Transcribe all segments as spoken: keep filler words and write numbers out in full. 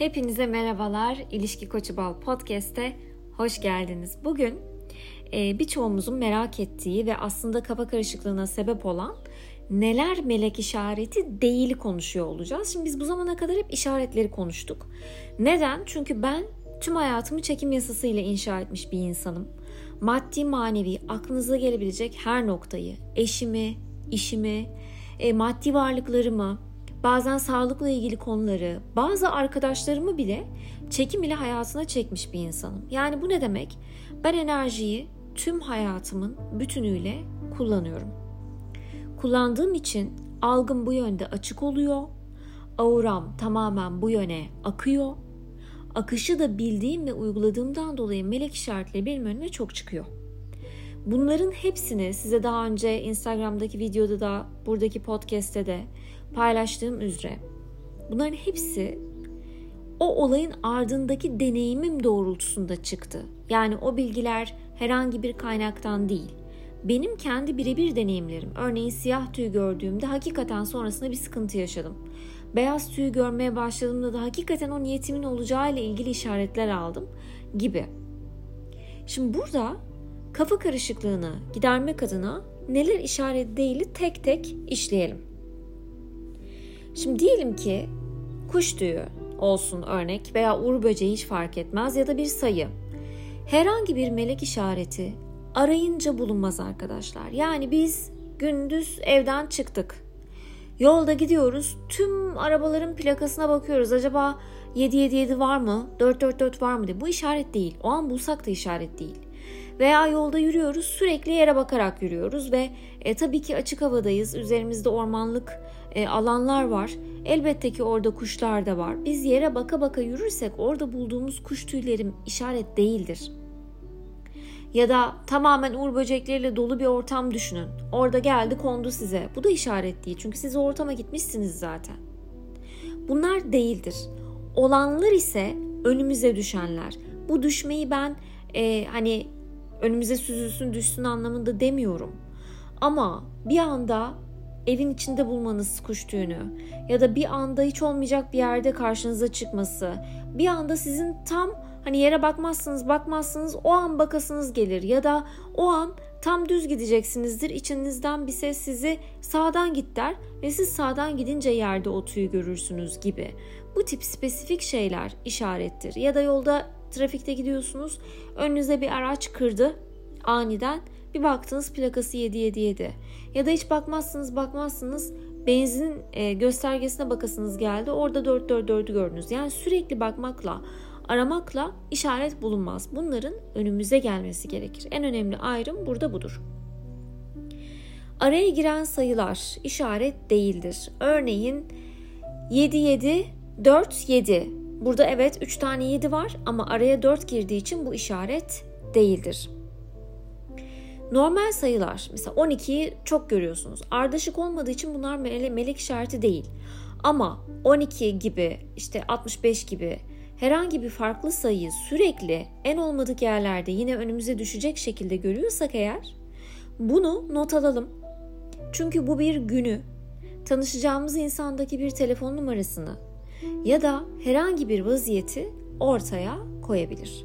Hepinize merhabalar. İlişki Koçu Bal Podcast'e hoş geldiniz. Bugün e, birçoğumuzun merak ettiği ve aslında kafa karışıklığına sebep olan neler melek işareti değili konuşuyor olacağız. Şimdi biz bu zamana kadar hep işaretleri konuştuk. Neden? Çünkü ben tüm hayatımı çekim yasasıyla inşa etmiş bir insanım. Maddi manevi aklınıza gelebilecek her noktayı, eşimi, işimi, e, maddi varlıklarımı, bazen sağlıkla ilgili konuları, bazı arkadaşlarımı bile çekim ile hayatına çekmiş bir insanım. Yani bu ne demek? Ben enerjiyi tüm hayatımın bütünüyle kullanıyorum. Kullandığım için algım bu yönde açık oluyor. Auram tamamen bu yöne akıyor. Akışı da bildiğim ve uyguladığımdan dolayı melek işaretleri benim önüme çok çıkıyor. Bunların hepsini size daha önce Instagram'daki videoda da buradaki podcast'te de paylaştığım üzere bunların hepsi o olayın ardındaki deneyimim doğrultusunda çıktı. Yani o bilgiler herhangi bir kaynaktan değil. Benim kendi birebir deneyimlerim. Örneğin siyah tüy gördüğümde hakikaten sonrasında bir sıkıntı yaşadım. Beyaz tüy görmeye başladığımda da hakikaten o niyetimin olacağıyla ilgili işaretler aldım gibi. Şimdi burada kafa karışıklığını gidermek adına neler işaret değili tek tek işleyelim. Şimdi diyelim ki kuş tüyü olsun örnek veya uğur böceği hiç fark etmez ya da bir sayı. Herhangi bir melek işareti arayınca bulunmaz arkadaşlar. Yani biz gündüz evden çıktık. Yolda gidiyoruz. Tüm arabaların plakasına bakıyoruz. Acaba yedi yedi yedi var mı? dört dört dört var mı diye. Bu işaret değil. O an bulsak da işaret değil. Veya yolda yürüyoruz. Sürekli yere bakarak yürüyoruz ve e, tabii ki açık havadayız. Üzerimizde ormanlık e, alanlar var. Elbette ki orada kuşlar da var. Biz yere baka baka yürürsek orada bulduğumuz kuş tüyleri işaret değildir. Ya da tamamen uğur böcekleriyle dolu bir ortam düşünün. Orada geldi kondu size. Bu da işaret değil. Çünkü siz o ortama gitmişsiniz zaten. Bunlar değildir. Olanlar ise önümüze düşenler. Bu düşmeyi ben e, hani önümüze süzülsün düşsün anlamında demiyorum. Ama bir anda evin içinde bulmanız kuş tüyünü ya da bir anda hiç olmayacak bir yerde karşınıza çıkması, bir anda sizin tam hani yere bakmazsınız bakmazsınız o an bakasınız gelir ya da o an tam düz gideceksinizdir, içinizden bir ses sizi sağdan git der ve siz sağdan gidince yerde o tüyü görürsünüz gibi. Bu tip spesifik şeyler işarettir. Ya da yolda trafikte gidiyorsunuz, önünüze bir araç kırdı aniden, bir baktınız plakası yedi yedi yedi ya da hiç bakmazsınız bakmazsınız benzin e, göstergesine bakasınız geldi, orada dört dört dördü gördünüz. Yani sürekli bakmakla aramakla işaret bulunmaz. Bunların önümüze gelmesi gerekir. En önemli ayrım burada budur. Araya giren sayılar işaret değildir. Örneğin yedi yedi dört yedi. Burada evet üç tane yedi var ama araya dört girdiği için bu işaret değildir. Normal sayılar mesela on ikiyi çok görüyorsunuz. Ardışık olmadığı için bunlar melek işareti değil. Ama on iki gibi işte altmış beş gibi herhangi bir farklı sayıyı sürekli en olmadık yerlerde yine önümüze düşecek şekilde görüyorsak eğer bunu not alalım. Çünkü bu bir günü, tanışacağımız insandaki bir telefon numarasını ya da herhangi bir vaziyeti ortaya koyabilir.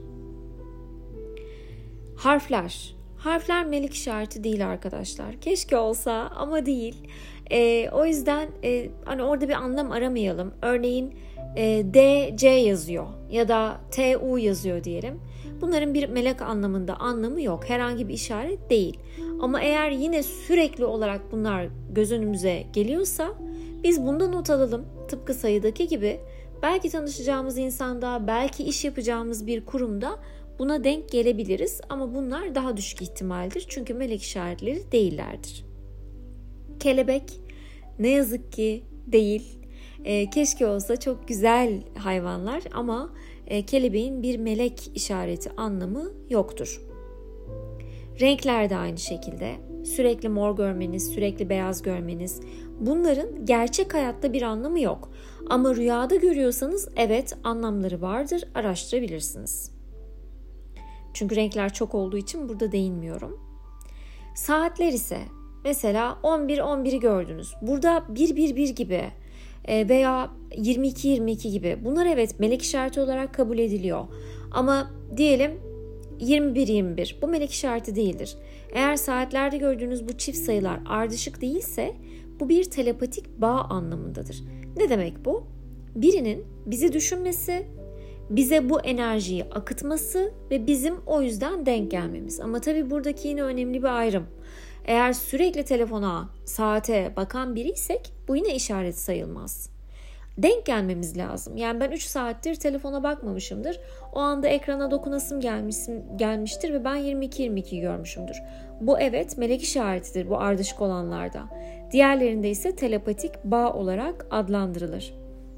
Harfler. Harfler melek işareti değil arkadaşlar. Keşke olsa ama değil. E, o yüzden e, hani orada bir anlam aramayalım. Örneğin e, D C yazıyor ya da T U yazıyor diyelim. Bunların bir melek anlamında anlamı yok. Herhangi bir işaret değil. Ama eğer yine sürekli olarak bunlar göz önümüze geliyorsa biz bundan not alalım. Tıpkı sayıdaki gibi belki tanışacağımız insanda, belki iş yapacağımız bir kurumda buna denk gelebiliriz ama bunlar daha düşük ihtimaldir. Çünkü melek işaretleri değillerdir. Kelebek ne yazık ki değil. E, keşke olsa, çok güzel hayvanlar ama e, kelebeğin bir melek işareti anlamı yoktur. Renkler de aynı şekilde. Sürekli mor görmeniz, sürekli beyaz görmeniz, bunların gerçek hayatta bir anlamı yok. Ama rüyada görüyorsanız evet anlamları vardır, araştırabilirsiniz. Çünkü renkler çok olduğu için burada değinmiyorum. Saatler ise mesela on bir on biri gördünüz. Burada bir bir bir gibi veya yirmi iki yirmi iki gibi. Bunlar evet melek işareti olarak kabul ediliyor. Ama diyelim yirmi bir yirmi bir bu melek işareti değildir. Eğer saatlerde gördüğünüz bu çift sayılar ardışık değilse bu bir telepatik bağ anlamındadır. Ne demek bu? Birinin bizi düşünmesi, bize bu enerjiyi akıtması ve bizim o yüzden denk gelmemiz. Ama tabii buradaki yine önemli bir ayrım. Eğer sürekli telefona, saate bakan biriysek bu yine işaret sayılmaz. Denk gelmemiz lazım. Yani ben üç saattir telefona bakmamışımdır. O anda ekrana dokunasım gelmişim, gelmiştir ve ben yirmi iki yirmi iki görmüşümdür. Bu evet melek işaretidir bu ardışık olanlarda. Diğerlerinde ise telepatik bağ olarak adlandırılır.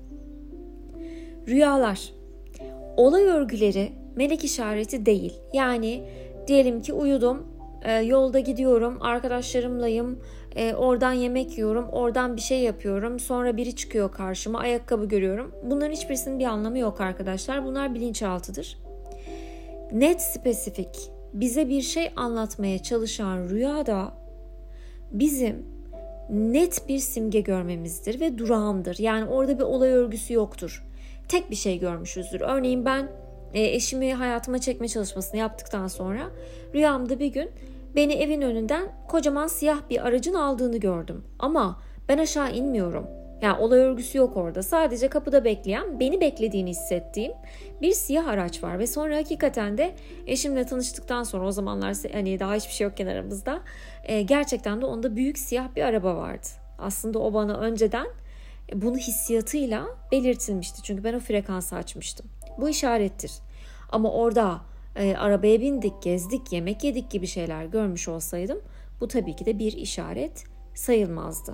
Rüyalar. Olay örgüleri melek işareti değil. Yani diyelim ki uyudum, e, yolda gidiyorum, arkadaşlarımlayım, e, oradan yemek yiyorum, oradan bir şey yapıyorum, sonra biri çıkıyor karşıma, ayakkabı görüyorum. Bunların hiçbirisinin bir anlamı yok arkadaşlar. Bunlar bilinçaltıdır. Net, spesifik, bize bir şey anlatmaya çalışan rüyada bizim net bir simge görmemizdir ve durağandır. Yani orada bir olay örgüsü yoktur. Tek bir şey görmüşüzdür. Örneğin ben e, eşimi hayatıma çekme çalışmasını yaptıktan sonra rüyamda bir gün beni evin önünden kocaman siyah bir aracın aldığını gördüm. Ama ben aşağı inmiyorum. Yani olay örgüsü yok orada. Sadece kapıda bekleyen, beni beklediğini hissettiğim bir siyah araç var. Ve sonra hakikaten de eşimle tanıştıktan sonra, o zamanlar hani daha hiçbir şey yokken aramızda, e, gerçekten de onda büyük siyah bir araba vardı. Aslında o bana önceden bunu hissiyatıyla belirtilmişti. Çünkü ben o frekansı açmıştım. Bu işarettir. Ama orada e, arabaya bindik, gezdik, yemek yedik gibi şeyler görmüş olsaydım bu tabii ki de bir işaret sayılmazdı.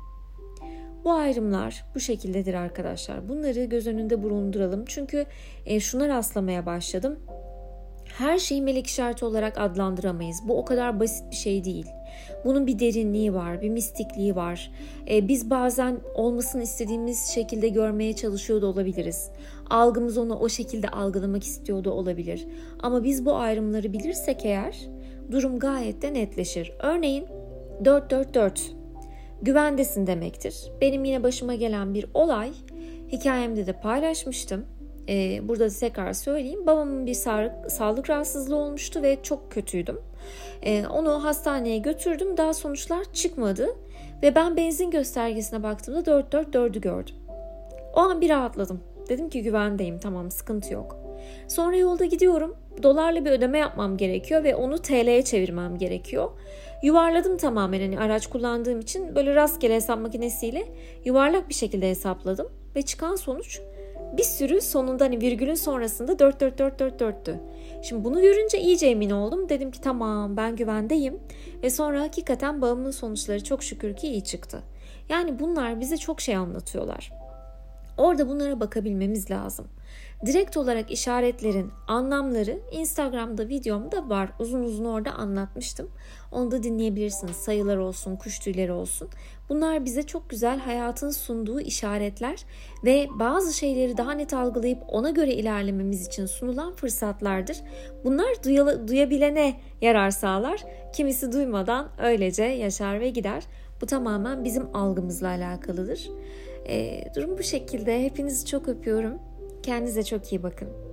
Bu ayrımlar bu şekildedir arkadaşlar. Bunları göz önünde bulunduralım. Çünkü e, şuna rastlamaya başladım. Her şeyi melek işareti olarak adlandıramayız. Bu o kadar basit bir şey değil. Bunun bir derinliği var, bir mistikliği var. Ee, biz bazen olmasını istediğimiz şekilde görmeye çalışıyor da olabiliriz. Algımız onu o şekilde algılamak istiyor da olabilir. Ama biz bu ayrımları bilirsek eğer durum gayet de netleşir. Örneğin dört dört dört güvendesin demektir. Benim yine başıma gelen bir olay, hikayemde de paylaşmıştım. Ee, burada da tekrar söyleyeyim. Babamın bir sağlık, sağlık rahatsızlığı olmuştu ve çok kötüydüm. Ee, onu hastaneye götürdüm. Daha sonuçlar çıkmadı. Ve ben benzin göstergesine baktığımda dört dört dördü gördüm. O an bir rahatladım. Dedim ki güvendeyim, tamam, sıkıntı yok. Sonra yolda gidiyorum. Dolarla bir ödeme yapmam gerekiyor ve onu T L'ye çevirmem gerekiyor. Yuvarladım tamamen, hani araç kullandığım için böyle rastgele hesap makinesiyle yuvarlak bir şekilde hesapladım. Ve çıkan sonuç bir sürü sonunda, hani virgülün sonrasında dört dört dört dört dörttü. Şimdi bunu görünce iyice emin oldum. Dedim ki tamam, ben güvendeyim. Ve sonra hakikaten babamın sonuçları çok şükür ki iyi çıktı. Yani bunlar bize çok şey anlatıyorlar. Orada bunlara bakabilmemiz lazım. Direkt olarak işaretlerin anlamları Instagram'da videomda var. Uzun uzun orada anlatmıştım. Onu da dinleyebilirsiniz. Sayılar olsun, kuş tüyleri olsun. Bunlar bize çok güzel hayatın sunduğu işaretler ve bazı şeyleri daha net algılayıp ona göre ilerlememiz için sunulan fırsatlardır. Bunlar duya- duyabilene yarar sağlar. Kimisi duymadan öylece yaşar ve gider. Bu tamamen bizim algımızla alakalıdır. E, durum bu şekilde. Hepinizi çok öpüyorum. Kendinize çok iyi bakın.